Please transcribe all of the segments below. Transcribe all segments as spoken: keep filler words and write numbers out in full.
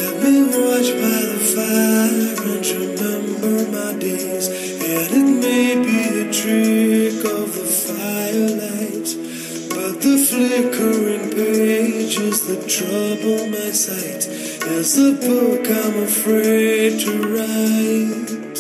Let me watch by the fire and remember my days, and it may be the trick of the firelight, but the flickering pages that trouble my sight is the book I'm afraid to write.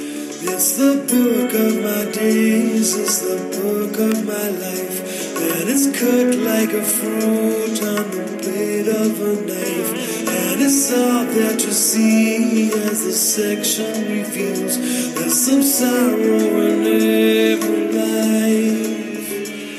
It's the book of my days, it's the book of my life, and it's cut like a fruit on the blade of a knife. And it's all there to see as the section reveals there's some sorrow in every life.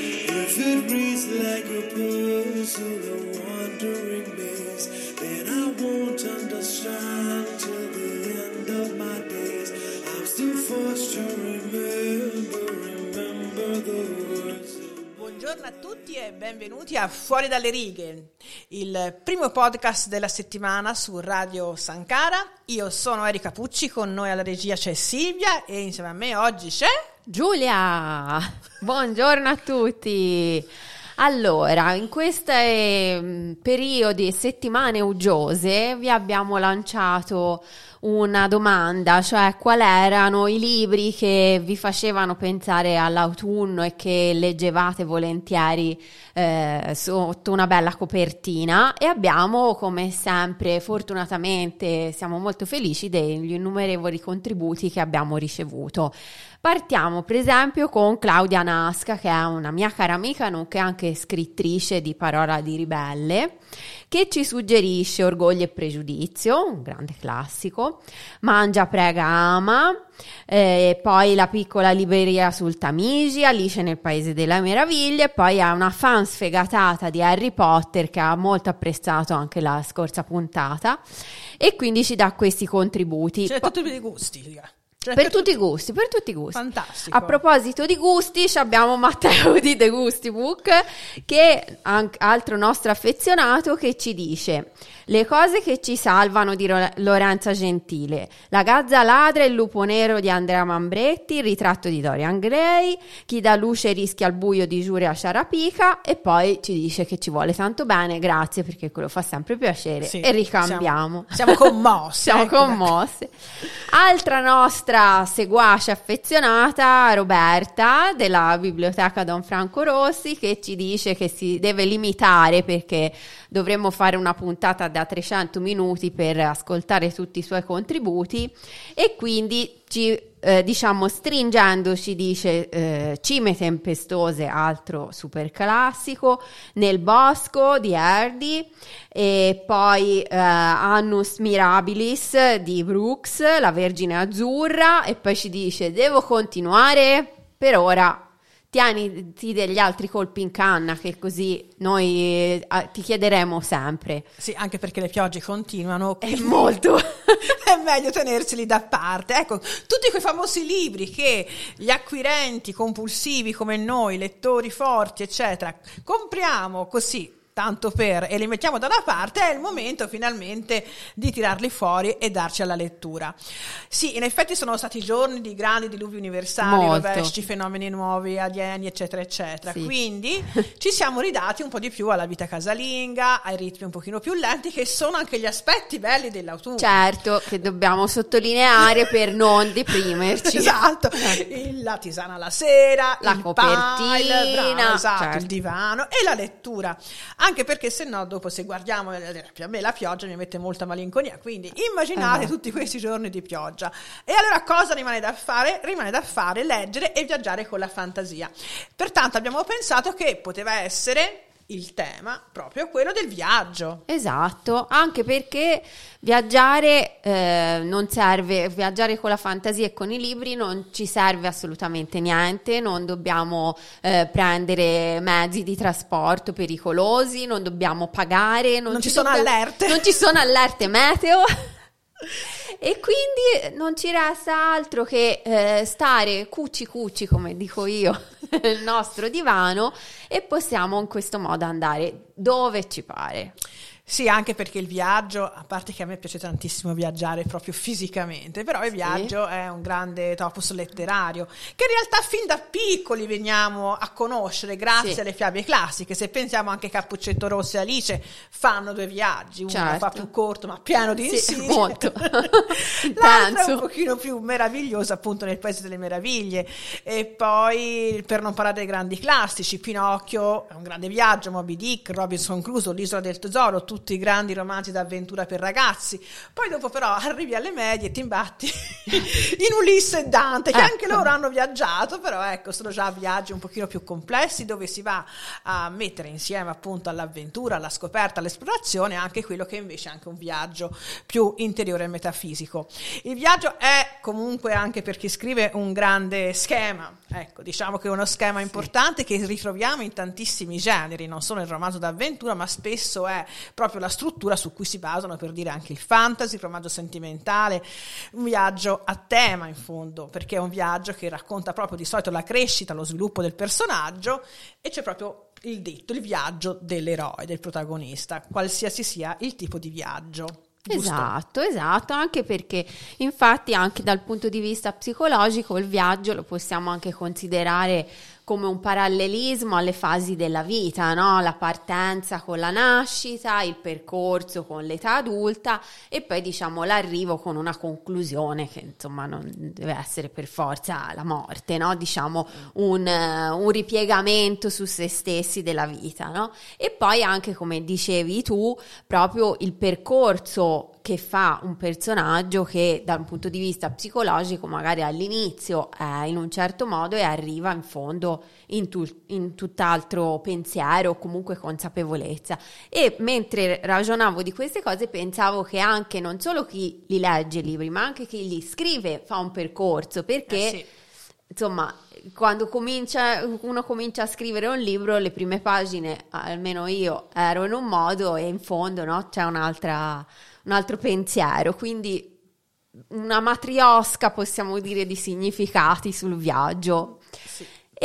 If it reads like a puzzle, a wandering maze, then I won't understand till the end of my days. I'm still forced to remember, remember the words. Buongiorno a tutti e benvenuti a Fuori dalle righe, il primo podcast della settimana su Radio Sankara. Io sono Erika Pucci, con noi alla regia c'è Silvia e insieme a me oggi c'è Giulia. Buongiorno a tutti. Allora, in questi periodi, settimane uggiose, vi abbiamo lanciato una domanda, cioè quali erano i libri che vi facevano pensare all'autunno e che leggevate volentieri eh, sotto una bella copertina, e abbiamo, come sempre, fortunatamente siamo molto felici degli innumerevoli contributi che abbiamo ricevuto. Partiamo per esempio con Claudia Nasca, che è una mia cara amica nonché anche scrittrice di Parola di Ribelle, che ci suggerisce Orgoglio e Pregiudizio, un grande classico, Mangia, Prega, Ama, eh, poi La piccola libreria sul Tamigi, Alice nel Paese delle Meraviglie, e poi ha una fan sfegatata di Harry Potter che ha molto apprezzato anche la scorsa puntata e quindi ci dà questi contributi. C'è tutto per i gusti, raga. Cioè, per tutti i gusti, per tutti i gusti. Fantastico. A proposito di gusti, abbiamo Matteo di The Gusti Book, che è altro nostro affezionato, che ci dice: le cose che ci salvano di Lorenza Gentile, La gazza ladra e il lupo nero di Andrea Mambretti, Il ritratto di Dorian Gray, Chi dà luce rischia al buio di Giulia Ciarapica, e poi ci dice che ci vuole tanto bene, grazie perché quello fa sempre piacere, sì, e ricambiamo. Siamo, siamo commossi. siamo ecco, commossi. Altra nostra seguace affezionata, Roberta della biblioteca Don Franco Rossi, che ci dice che si deve limitare perché dovremmo fare una puntata da trecento minuti per ascoltare tutti i suoi contributi, e quindi ci eh, diciamo stringendoci dice eh, Cime tempestose, altro super classico, Nel bosco di Hardy, e poi eh, Annus Mirabilis di Brooks, La Vergine Azzurra, e poi ci dice: devo continuare? Per ora tieniti degli altri colpi in canna, che così noi eh, ti chiederemo sempre. Sì, anche perché le piogge continuano. È molto. È meglio tenerseli da parte. Ecco, tutti quei famosi libri che gli acquirenti compulsivi come noi, lettori forti, eccetera, compriamo così, tanto per, e li mettiamo da una parte, è il momento finalmente di tirarli fuori e darci alla lettura. Sì, in effetti sono stati giorni di grandi diluvi universali, rovesci, fenomeni nuovi, alieni, eccetera, eccetera. Sì. Quindi ci siamo ridati un po' di più alla vita casalinga, ai ritmi un pochino più lenti, che sono anche gli aspetti belli dell'autunno. Certo, che dobbiamo sottolineare per non deprimerci. Esatto, il, la tisana alla sera, la il copertina, pile, bravo, esatto, certo, il divano e la lettura. Anche perché se no dopo, se guardiamo, a me la pioggia mi mette molta malinconia, quindi immaginate uh-huh. tutti questi giorni di pioggia. E allora cosa rimane da fare? Rimane da fare leggere e viaggiare con la fantasia. Pertanto abbiamo pensato che poteva essere il tema proprio quello del viaggio. Esatto, anche perché viaggiare eh, non serve, viaggiare con la fantasia e con i libri non ci serve assolutamente niente, non dobbiamo eh, prendere mezzi di trasporto pericolosi, non dobbiamo pagare, non, non ci ci sono dobbia- allerte. Non ci sono allerte meteo. E quindi non ci resta altro che eh, stare cucci cucci, come dico io, nel nostro divano, e possiamo in questo modo andare dove ci pare. Sì, anche perché il viaggio, a parte che a me piace tantissimo viaggiare proprio fisicamente, però il Sì. viaggio è un grande topos letterario che in realtà fin da piccoli veniamo a conoscere grazie Sì. alle fiabe classiche. Se pensiamo anche Cappuccetto Rosso e Alice fanno due viaggi, uno Certo. fa più corto ma pieno di Sì, insidie, molto. l'altro è Intenso. un pochino più meraviglioso, appunto nel Paese delle Meraviglie. E poi, per non parlare dei grandi classici, Pinocchio è un grande viaggio, Moby Dick, Robinson Crusoe, L'Isola del Tesoro, tutti i grandi romanzi d'avventura per ragazzi. Poi dopo però arrivi alle medie e ti imbatti in Ulisse e Dante, che Ecco. anche loro hanno viaggiato, però ecco, sono già viaggi un pochino più complessi, dove si va a mettere insieme appunto all'avventura, alla scoperta, all'esplorazione, anche quello che invece è anche un viaggio più interiore e metafisico. Il viaggio è comunque, anche per chi scrive, un grande schema, ecco, diciamo che è uno schema importante che ritroviamo in tantissimi generi, non solo il romanzo d'avventura, ma spesso è proprio la struttura su cui si basano, per dire, anche il fantasy, il romanzo sentimentale, un viaggio a tema in fondo, perché è un viaggio che racconta proprio di solito la crescita, lo sviluppo del personaggio, e c'è proprio il detto, il viaggio dell'eroe, del protagonista, qualsiasi sia il tipo di viaggio. Giusto? Esatto, esatto, anche perché infatti anche dal punto di vista psicologico il viaggio lo possiamo anche considerare come un parallelismo alle fasi della vita, no? La partenza con la nascita, il percorso con l'età adulta e poi diciamo l'arrivo con una conclusione che insomma non deve essere per forza la morte, no? Diciamo un, uh, un ripiegamento su se stessi della vita, no? E poi anche, come dicevi tu, proprio il percorso che fa un personaggio che da un punto di vista psicologico magari all'inizio è in un certo modo e arriva in fondo in, tu- in tutt'altro pensiero o comunque consapevolezza. E mentre ragionavo di queste cose pensavo che anche non solo chi li legge i libri ma anche chi li scrive fa un percorso, perché Eh sì. insomma quando comincia, uno comincia a scrivere un libro, le prime pagine, almeno io, ero in un modo e in fondo, no, c'è un'altra un altro pensiero, quindi una matriosca, possiamo dire, di significati sul viaggio. Sì.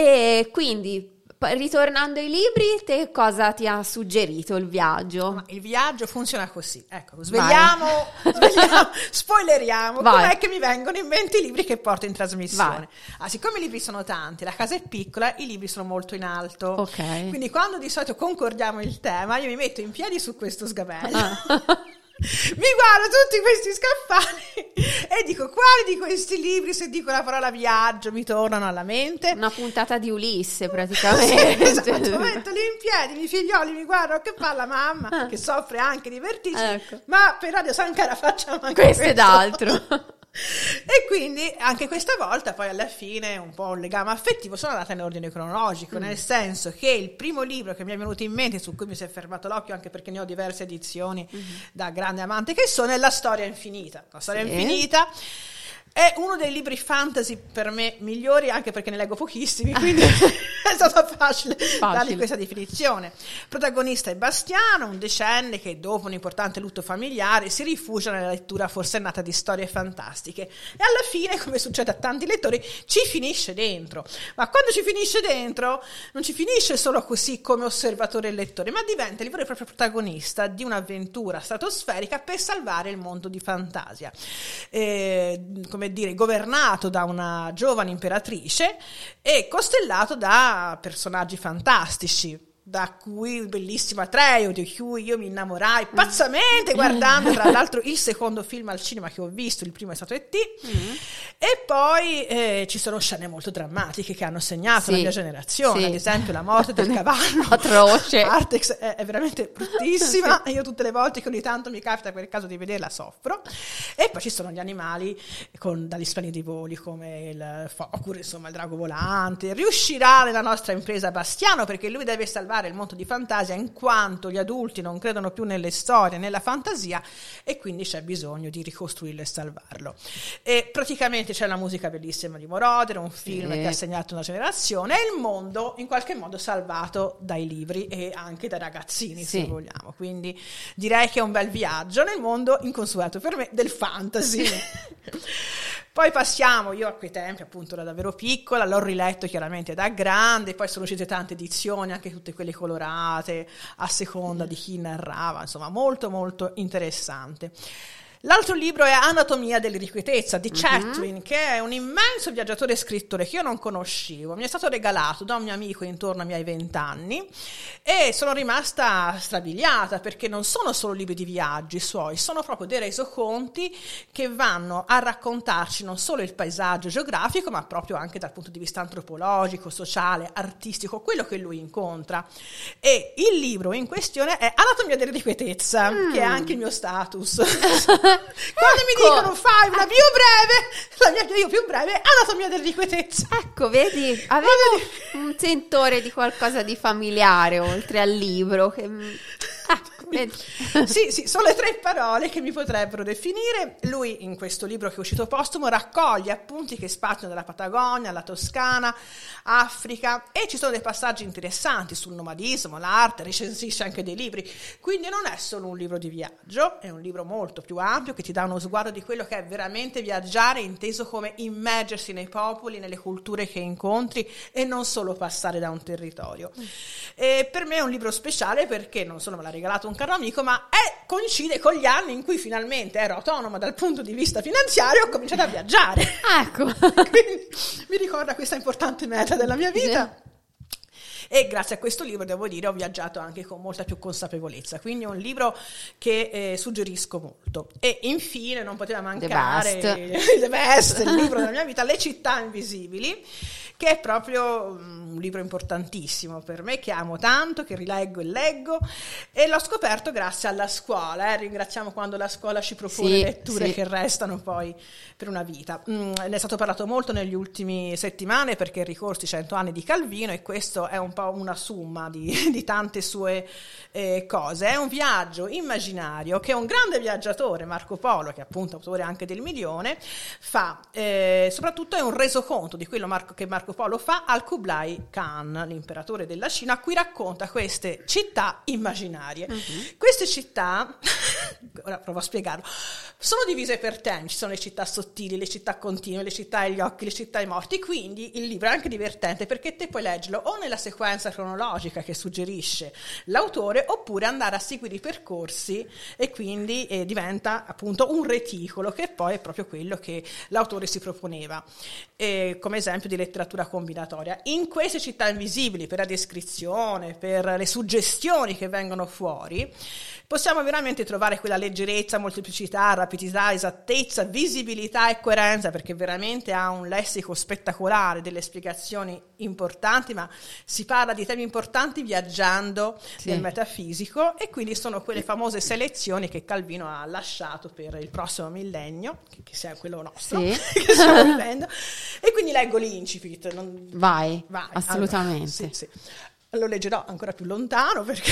E quindi, ritornando ai libri, te cosa ti ha suggerito il viaggio? Ma il viaggio funziona così, ecco, svegliamo, svegliamo spoileriamo, Vai. com'è che mi vengono in mente i libri che porto in trasmissione. Vai. Ah, siccome i libri sono tanti, la casa è piccola, i libri sono molto in alto, Ok. quindi quando di solito concordiamo il tema, io mi metto in piedi su questo sgabello. Ah. Mi guardo tutti questi scaffali e dico quali di questi libri, se dico la parola viaggio, mi tornano alla mente. Una puntata di Ulisse Sì, praticamente. esatto, metto lì in piedi, i miei figlioli mi guardano che fa la mamma, che soffre anche di vertigini, Ecco. ma per Radio Sankara facciamo anche Questo questo. ed altro. E quindi anche questa volta poi alla fine un po' un legame affettivo, sono andata in ordine cronologico, mm. nel senso che il primo libro che mi è venuto in mente, su cui mi si è fermato l'occhio anche perché ne ho diverse edizioni mm. da grande amante che sono, è La Storia Infinita. La Storia sì. Infinita è uno dei libri fantasy per me migliori, anche perché ne leggo pochissimi, quindi è stato facile, facile dargli questa definizione. Protagonista è Bastiano, un decenne che dopo un importante lutto familiare si rifugia nella lettura forsennata di storie fantastiche e alla fine, come succede a tanti lettori, ci finisce dentro. Ma quando ci finisce dentro non ci finisce solo così come osservatore e lettore, ma diventa il vero e proprio protagonista di un'avventura stratosferica per salvare il mondo di fantasia. Eh, come dire, governato da una giovane imperatrice e costellato da personaggi fantastici, da cui il bellissimo Atreo, di cui io mi innamorai pazzamente guardando tra l'altro il secondo film al cinema che ho visto, il primo è stato E T Mm. E poi eh, ci sono scene molto drammatiche che hanno segnato Sì. la mia generazione, Sì. ad esempio la morte del cavallo Atroce. Artex è, è veramente bruttissima. Io tutte le volte che ogni tanto mi capita per caso di vederla soffro. E poi ci sono gli animali con dagli splendidi voli come il focur, insomma il drago volante. Riuscirà nella nostra impresa Bastiano, perché lui deve salvare il mondo di fantasia in quanto gli adulti non credono più nelle storie, nella fantasia, e quindi c'è bisogno di ricostruirlo e salvarlo. E praticamente c'è una musica bellissima di Moroder, un film Sì. che ha segnato una generazione, e il mondo in qualche modo salvato dai libri e anche dai ragazzini, Sì. se vogliamo. Quindi direi che è un bel viaggio nel mondo inconsueto per me del fantasy. Poi passiamo, io a quei tempi appunto ero davvero piccola, l'ho riletto chiaramente da grande, poi sono uscite tante edizioni, anche tutte quelle colorate, a seconda di chi narrava, insomma molto molto interessante. L'altro libro è Anatomia dell'irrequietezza di Chatwin, uh-huh. che è un immenso viaggiatore e scrittore che io non conoscevo, mi è stato regalato da un mio amico intorno ai miei vent'anni e sono rimasta strabiliata perché non sono solo libri di viaggi suoi, sono proprio dei resoconti che vanno a raccontarci non solo il paesaggio geografico ma proprio anche dal punto di vista antropologico, sociale, artistico, quello che lui incontra. E il libro in questione è Anatomia dell'irrequietezza, mm. che è anche il mio status. Quando ecco. mi dicono fai una bio breve, la mia bio più breve è Anatomia dell'irrequietezza. Ecco, vedi, avevo un sentore di qualcosa di familiare oltre al libro che... ecco, vedi. sì, sì, sono le tre parole che mi potrebbero definire. Lui in questo libro che è uscito postumo raccoglie appunti che spaziano dalla Patagonia, alla Toscana, Africa, e ci sono dei passaggi interessanti sul nomadismo, l'arte, recensisce anche dei libri, quindi non è solo un libro di viaggio, è un libro molto più ampio che ti dà uno sguardo di quello che è veramente viaggiare, inteso come immergersi nei popoli, nelle culture che incontri e non solo passare da un territorio. Mm. E per me è un libro speciale perché non solo me l'ha regalato un caro amico, ma è, coincide con gli anni in cui finalmente ero autonoma dal punto di vista finanziario e ho cominciato a viaggiare. Ecco. Quindi mi ricorda questa importante meta della mia vita. Sì. E grazie a questo libro, devo dire, ho viaggiato anche con molta più consapevolezza, quindi è un libro che eh, suggerisco molto. E infine non poteva mancare The Best, The Best il libro della mia vita, Le città invisibili, che è proprio un libro importantissimo per me, che amo tanto, che rileggo e leggo, e l'ho scoperto grazie alla scuola. Eh. Ringraziamo quando la scuola ci propone sì, letture sì. che restano poi per una vita. Mm, ne è stato parlato molto negli ultimi settimane perché il ricorso ai cento anni di Calvino, e questo è un po' una somma di, di tante sue eh, cose. È un viaggio immaginario che un grande viaggiatore, Marco Polo, che è appunto autore anche del Milione, fa. Eh, soprattutto è un resoconto di quello Marco, che Marco Polo fa al Kublai Khan, l'imperatore della Cina, a cui racconta queste città immaginarie. Uh-huh. Queste città, ora provo a spiegarlo, sono divise per temi. Ci sono le città sottili, le città continue, le città agli occhi, le città ai morti. Quindi il libro è anche divertente perché te puoi leggerlo o nella sequenza cronologica che suggerisce l'autore, oppure andare a seguire i percorsi, e quindi eh, diventa appunto un reticolo, che poi è proprio quello che l'autore si proponeva eh, come esempio di letteratura combinatoria. In queste città invisibili, per la descrizione, per le suggestioni che vengono fuori, possiamo veramente trovare quella leggerezza, molteplicità, rapidità, esattezza, visibilità e coerenza, perché veramente ha un lessico spettacolare, delle spiegazioni importanti, ma si parla di temi importanti viaggiando sì. nel metafisico, e quindi sono quelle famose selezioni che Calvino ha lasciato per il prossimo millennio, che, che sia quello nostro, sì. che stiamo vivendo, e quindi leggo l'incipit. Non... Vai, Vai, assolutamente. Allora, sì, sì. Lo leggerò ancora più lontano, perché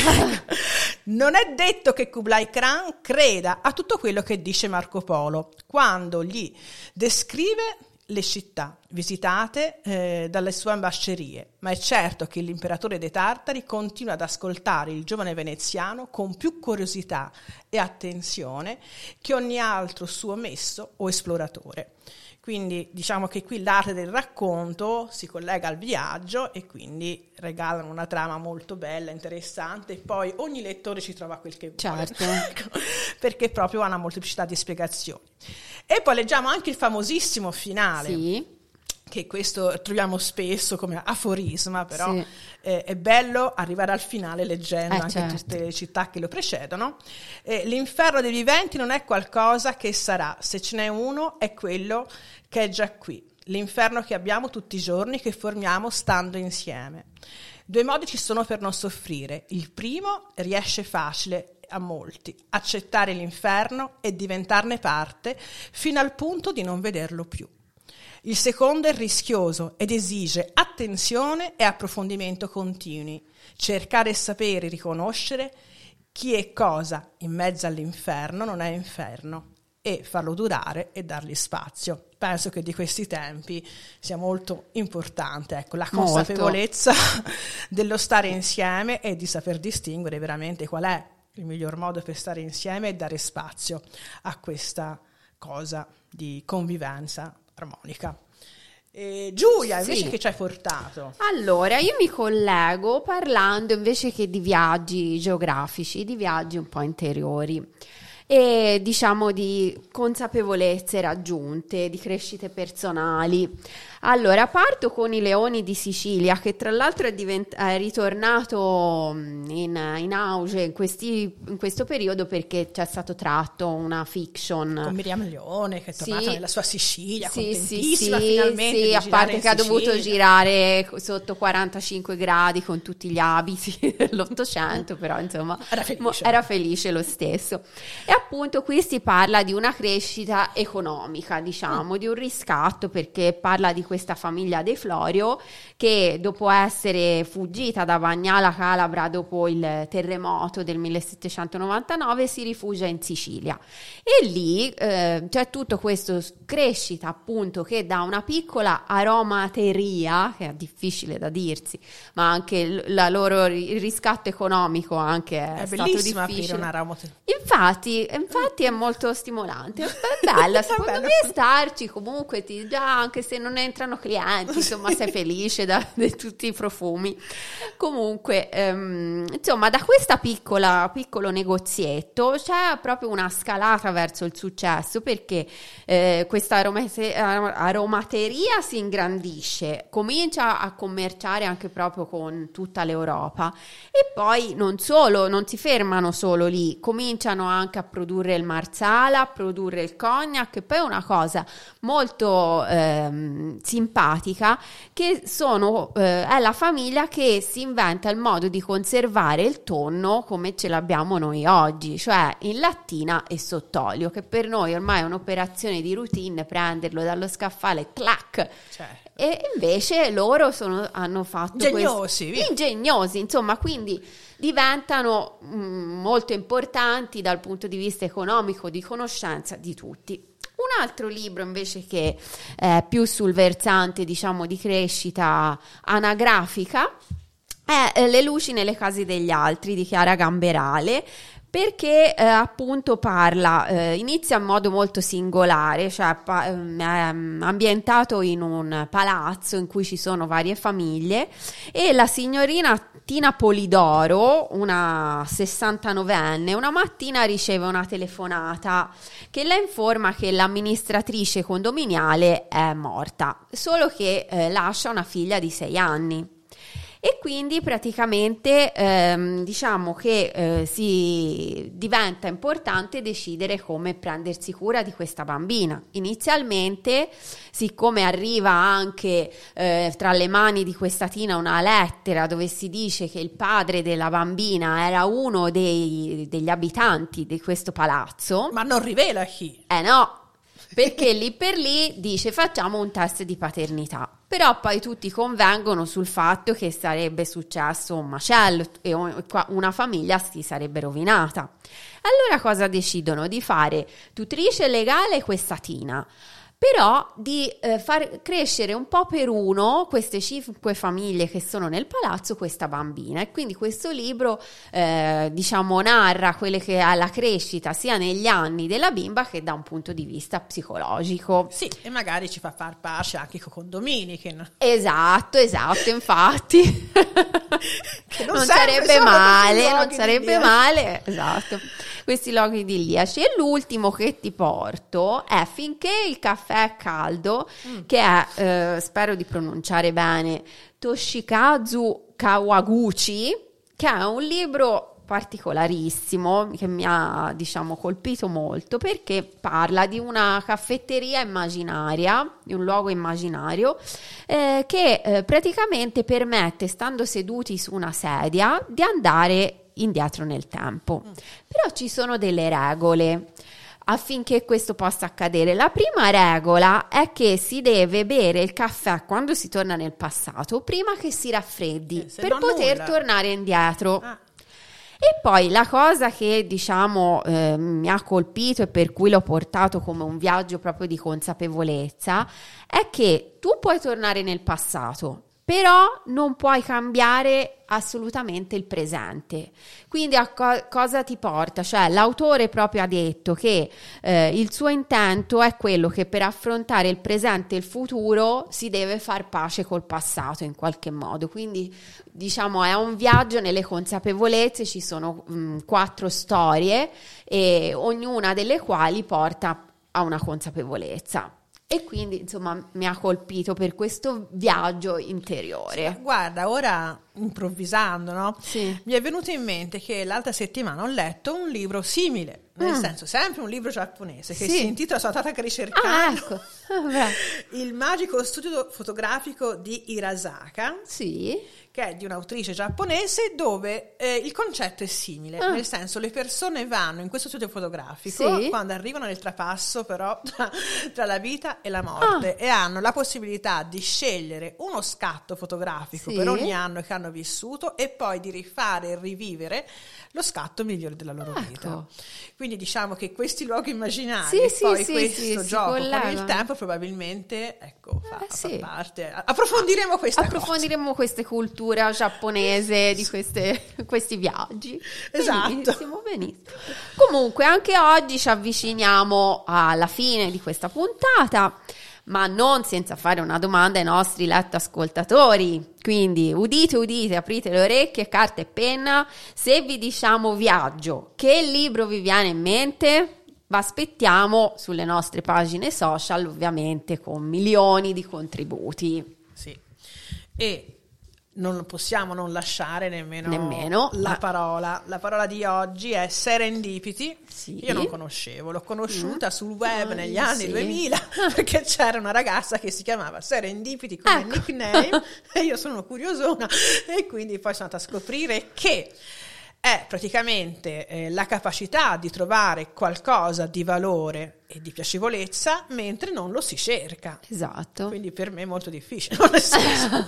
non è detto che Kublai Khan creda a tutto quello che dice Marco Polo quando gli descrive le città visitate eh, dalle sue ambascerie, ma è certo che l'imperatore dei Tartari continua ad ascoltare il giovane veneziano con più curiosità e attenzione che ogni altro suo messo o esploratore. Quindi diciamo che qui l'arte del racconto si collega al viaggio e quindi regalano una trama molto bella, interessante, e poi ogni lettore ci trova quel che certo. vuole, perché proprio ha una molteplicità di spiegazioni. E poi leggiamo anche il famosissimo finale, sì. che questo troviamo spesso come aforisma, però sì. eh, è bello arrivare al finale leggendo eh, anche certo. tutte le città che lo precedono. Eh, l'inferno dei viventi non è qualcosa che sarà, se ce n'è uno è quello che è già qui, l'inferno che abbiamo tutti i giorni, che formiamo stando insieme. Due modi ci sono per non soffrire. Il primo riesce facile a molti, accettare l'inferno e diventarne parte fino al punto di non vederlo più. Il secondo è rischioso ed esige attenzione e approfondimento continui, cercare e sapere riconoscere chi e cosa in mezzo all'inferno non è inferno e farlo durare e dargli spazio. Penso che di questi tempi sia molto importante, ecco, la consapevolezza molto. dello stare insieme e di saper distinguere veramente qual è il miglior modo per stare insieme e dare spazio a questa cosa di convivenza armonica. E Giulia, invece Sì. che ci hai portato? Allora, io mi collego parlando invece che di viaggi geografici, di viaggi un po' interiori e diciamo di consapevolezze raggiunte, di crescite personali. Allora, parto con i Leoni di Sicilia, che tra l'altro è, divent- è ritornato in, in auge in, questi- in questo periodo perché c'è stato tratto una fiction. Con Miriam Leone, che è tornata Sì. nella sua Sicilia, Sì, sì, contentissima sì, finalmente sì, di a girare parte in che ha dovuto Sicilia. girare sotto quarantacinque gradi con tutti gli abiti dell'Ottocento, però insomma Era felice. mo- era felice lo stesso. E appunto qui si parla di una crescita economica, diciamo, di un riscatto, perché parla di questa famiglia De Florio che dopo essere fuggita da Bagnala Calabra dopo il terremoto del millesettecentonovantanove si rifugia in Sicilia e lì eh, c'è tutto questo crescita appunto che da una piccola aromateria, che è difficile da dirsi, ma anche l- la loro il riscatto economico anche è, È stato bellissimo aprire difficile. una ramote. Infatti, infatti è molto stimolante, è bella, secondo bello. me starci comunque ti già anche se non entrano clienti, insomma sei felice da, di tutti i profumi. Comunque, ehm, insomma, da questa piccola piccolo negozietto c'è proprio una scalata verso il successo perché eh, questa aromate- aromateria si ingrandisce, comincia a commerciare anche proprio con tutta l'Europa e poi non solo, non si fermano solo lì, cominciano anche a produrre il marsala, a produrre il cognac e poi una cosa molto ehm, simpatica che sono eh, è la famiglia che si inventa il modo di conservare il tonno come ce l'abbiamo noi oggi, cioè in lattina e sott'olio, che per noi ormai è un'operazione di routine prenderlo dallo scaffale, clac. Cioè, E invece loro sono, hanno fatto Ingegnosi, via. questo, ingegnosi, insomma, quindi diventano mm, molto importanti dal punto di vista economico, di conoscenza di tutti. Un altro libro invece che è più sul versante, diciamo, di crescita anagrafica è eh, Le luci nelle case degli altri di Chiara Gamberale, perché eh, appunto parla, eh, inizia in modo molto singolare, cioè pa- ehm, è mm, ambientato in un palazzo in cui ci sono varie famiglie e la signorina Tina Polidoro, una sessantanovenne, una mattina riceve una telefonata che la informa che l'amministratrice condominiale è morta, solo che eh, lascia una figlia di sei anni. E quindi praticamente ehm, diciamo che eh, si diventa importante decidere come prendersi cura di questa bambina. Inizialmente, siccome arriva anche eh, tra le mani di questa Tina una lettera dove si dice che il padre della bambina era uno dei, degli abitanti di questo palazzo, ma non rivela chi. eh no, perché lì per lì dice facciamo un test di paternità, però poi tutti convengono sul fatto che sarebbe successo un macello e una famiglia si sarebbe rovinata. Allora cosa decidono? Di fare tutrice legale questa Tina, però di eh, far crescere un po' per uno queste cinque famiglie che sono nel palazzo questa bambina, e quindi questo libro eh, diciamo narra quelle che è la crescita sia negli anni della bimba che da un punto di vista psicologico. Sì, e magari ci fa far pace anche con condomini che no- Esatto, esatto, infatti che non, non sempre sarebbe sono male, questi non luoghi sarebbe idilliaci. male, esatto, questi luoghi idilliaci. E l'ultimo che ti porto è Finché il caffè è caldo, Mm. che è, eh, spero di pronunciare bene, Toshikazu Kawaguchi, che è un libro particolarissimo che mi ha, diciamo, colpito molto perché parla di una caffetteria immaginaria, di un luogo immaginario eh, che eh, praticamente permette, stando seduti su una sedia, di andare indietro nel tempo. Però ci sono delle regole affinché questo possa accadere. La prima regola è che si deve bere il caffè quando si torna nel passato prima che si raffreddi Eh, se per no poter nulla. tornare indietro. Ah, E poi la cosa che diciamo eh, mi ha colpito e per cui l'ho portato come un viaggio proprio di consapevolezza è che tu puoi tornare nel passato, però non puoi cambiare assolutamente il presente. Quindi a co- cosa ti porta? Cioè l'autore proprio ha detto che eh, il suo intento è quello che per affrontare il presente e il futuro si deve far pace col passato in qualche modo. Quindi diciamo è un viaggio nelle consapevolezze, ci sono mh, quattro storie e ognuna delle quali porta a una consapevolezza. E quindi, insomma, mi ha colpito per questo viaggio interiore. Sì, guarda, ora improvvisando, no? Sì. Mi è venuto in mente che l'altra settimana ho letto un libro simile, nel Mm. senso, sempre un libro giapponese che Sì. si intitola, sono stata anche ricercando, Ah, ecco. Ah, beh. Il magico studio fotografico di Hirasaka, Sì. che è di un'autrice giapponese, dove eh, il concetto è simile, Ah. nel senso le persone vanno in questo studio fotografico Sì. quando arrivano nel trapasso però tra, tra la vita e la morte Ah. e hanno la possibilità di scegliere uno scatto fotografico Sì. per ogni anno che hanno vissuto e poi di rifare e rivivere lo scatto migliore della loro Ecco. vita. Quindi diciamo che questi luoghi immaginari Sì, e sì, poi sì, questo sì, si gioco con il collegano. tempo probabilmente ecco, fa, Eh, fa sì. parte. Approfondiremo questa cosa. Approfondiremo queste culture giapponese di queste, questi viaggi. Esatto. Benissimo, benissimo. Comunque anche oggi ci avviciniamo alla fine di questa puntata, ma non senza fare una domanda ai nostri letto ascoltatori. Quindi udite, udite, aprite le orecchie, carta e penna. Se vi diciamo viaggio, che libro vi viene in mente? Vi aspettiamo sulle nostre pagine social, ovviamente con milioni di contributi. Sì. E non possiamo non lasciare nemmeno, Nemmeno. la Ma- parola. La parola di oggi è serendipity. Sì. Io non conoscevo, l'ho conosciuta Mm. sul web Ah, negli anni sì. duemila perché c'era una ragazza che si chiamava Serendipity come Ecco. nickname e io sono curiosona e quindi poi sono andata a scoprire che è praticamente eh, la capacità di trovare qualcosa di valore e di piacevolezza mentre non lo si cerca. Esatto. Quindi per me è molto difficile, non nel senso.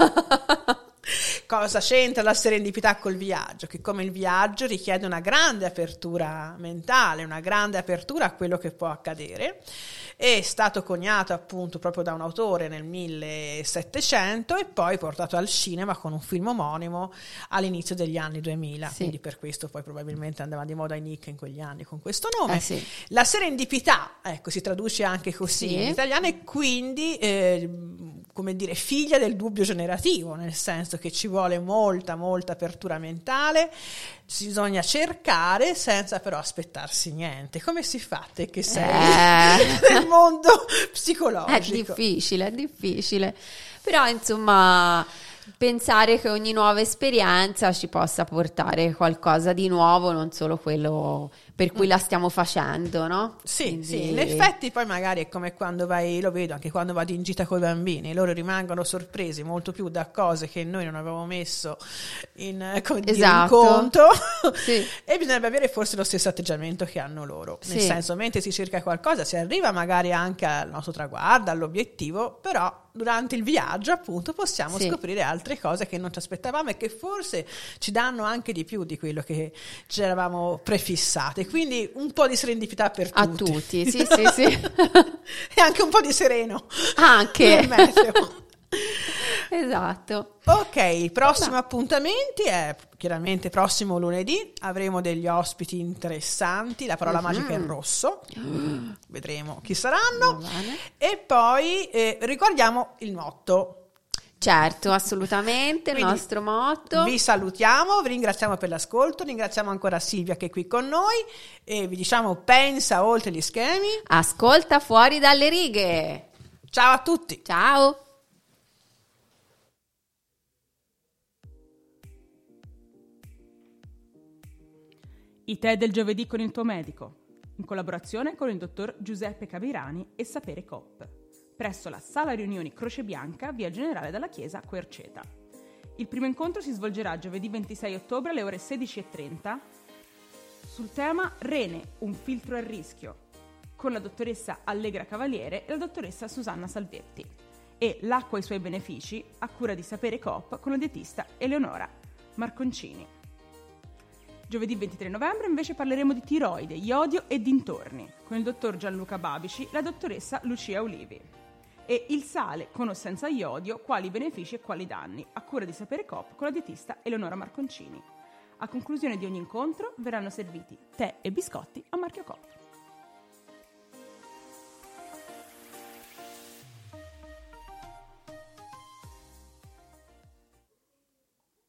Cosa c'entra la serendipità col viaggio? Che come il viaggio richiede una grande apertura mentale, una grande apertura a quello che può accadere. È stato coniato appunto proprio da un autore nel millesettecento e poi portato al cinema con un film omonimo all'inizio degli anni duemila. Sì. Quindi per questo poi probabilmente andava di moda i Nick in quegli anni con questo nome. Eh sì. La serendipità, ecco, si traduce anche così Sì. in italiano e quindi, eh, come dire, figlia del dubbio generativo, nel senso che ci vuole molta, molta apertura mentale, bisogna cercare senza però aspettarsi niente. Come si fa te che sei Eh. nel mondo È psicologico? difficile, è difficile. Però, insomma, pensare che ogni nuova esperienza ci possa portare qualcosa di nuovo, non solo quello per cui la stiamo facendo, no? Sì, Quindi- sì, in effetti poi magari è come quando vai, lo vedo anche quando vado in gita con i bambini, loro rimangono sorpresi molto più da cose che noi non avevamo messo in, eh, come dire, in Esatto. conto Sì. e bisognerebbe avere forse lo stesso atteggiamento che hanno loro, nel Sì. senso mentre si cerca qualcosa si arriva magari anche al nostro traguardo, all'obiettivo, però durante il viaggio appunto possiamo Sì. scoprire altre cose che non ci aspettavamo e che forse ci danno anche di più di quello che ci eravamo prefissate. Quindi un po' di serendipità per A tutti. tutti, sì, sì, sì. E anche un po' di sereno. Anche. nel meteo. Esatto. Ok, i prossimi appuntamenti è chiaramente prossimo lunedì, avremo degli ospiti interessanti, la parola Mhm. magica è rosso, vedremo chi saranno, Va bene. e poi eh, ricordiamo il motto. Certo, assolutamente, il Quindi nostro motto. Vi salutiamo, vi ringraziamo per l'ascolto, ringraziamo ancora Silvia che è qui con noi e vi diciamo pensa oltre gli schemi. Ascolta fuori dalle righe. Ciao a tutti! Ciao. I tè del giovedì con il tuo medico, in collaborazione con il dottor Giuseppe Cavirani e Sapere Coop, presso la Sala Riunioni Croce Bianca, via Generale della Chiesa, Querceta. Il primo incontro si svolgerà giovedì ventisei ottobre alle ore sedici e trenta sul tema Rene, un filtro a rischio, con la dottoressa Allegra Cavaliere e la dottoressa Susanna Salvetti, e L'acqua e i suoi benefici, a cura di Sapere Coop con la dietista Eleonora Marconcini. Giovedì ventitré novembre invece parleremo di tiroide, iodio e dintorni con il dottor Gianluca Babici e la dottoressa Lucia Ulivi. e il sale con o senza iodio, quali benefici e quali danni, a cura di Sapere Coop con la dietista Eleonora Marconcini. A conclusione di ogni incontro verranno serviti tè e biscotti a marchio Coop.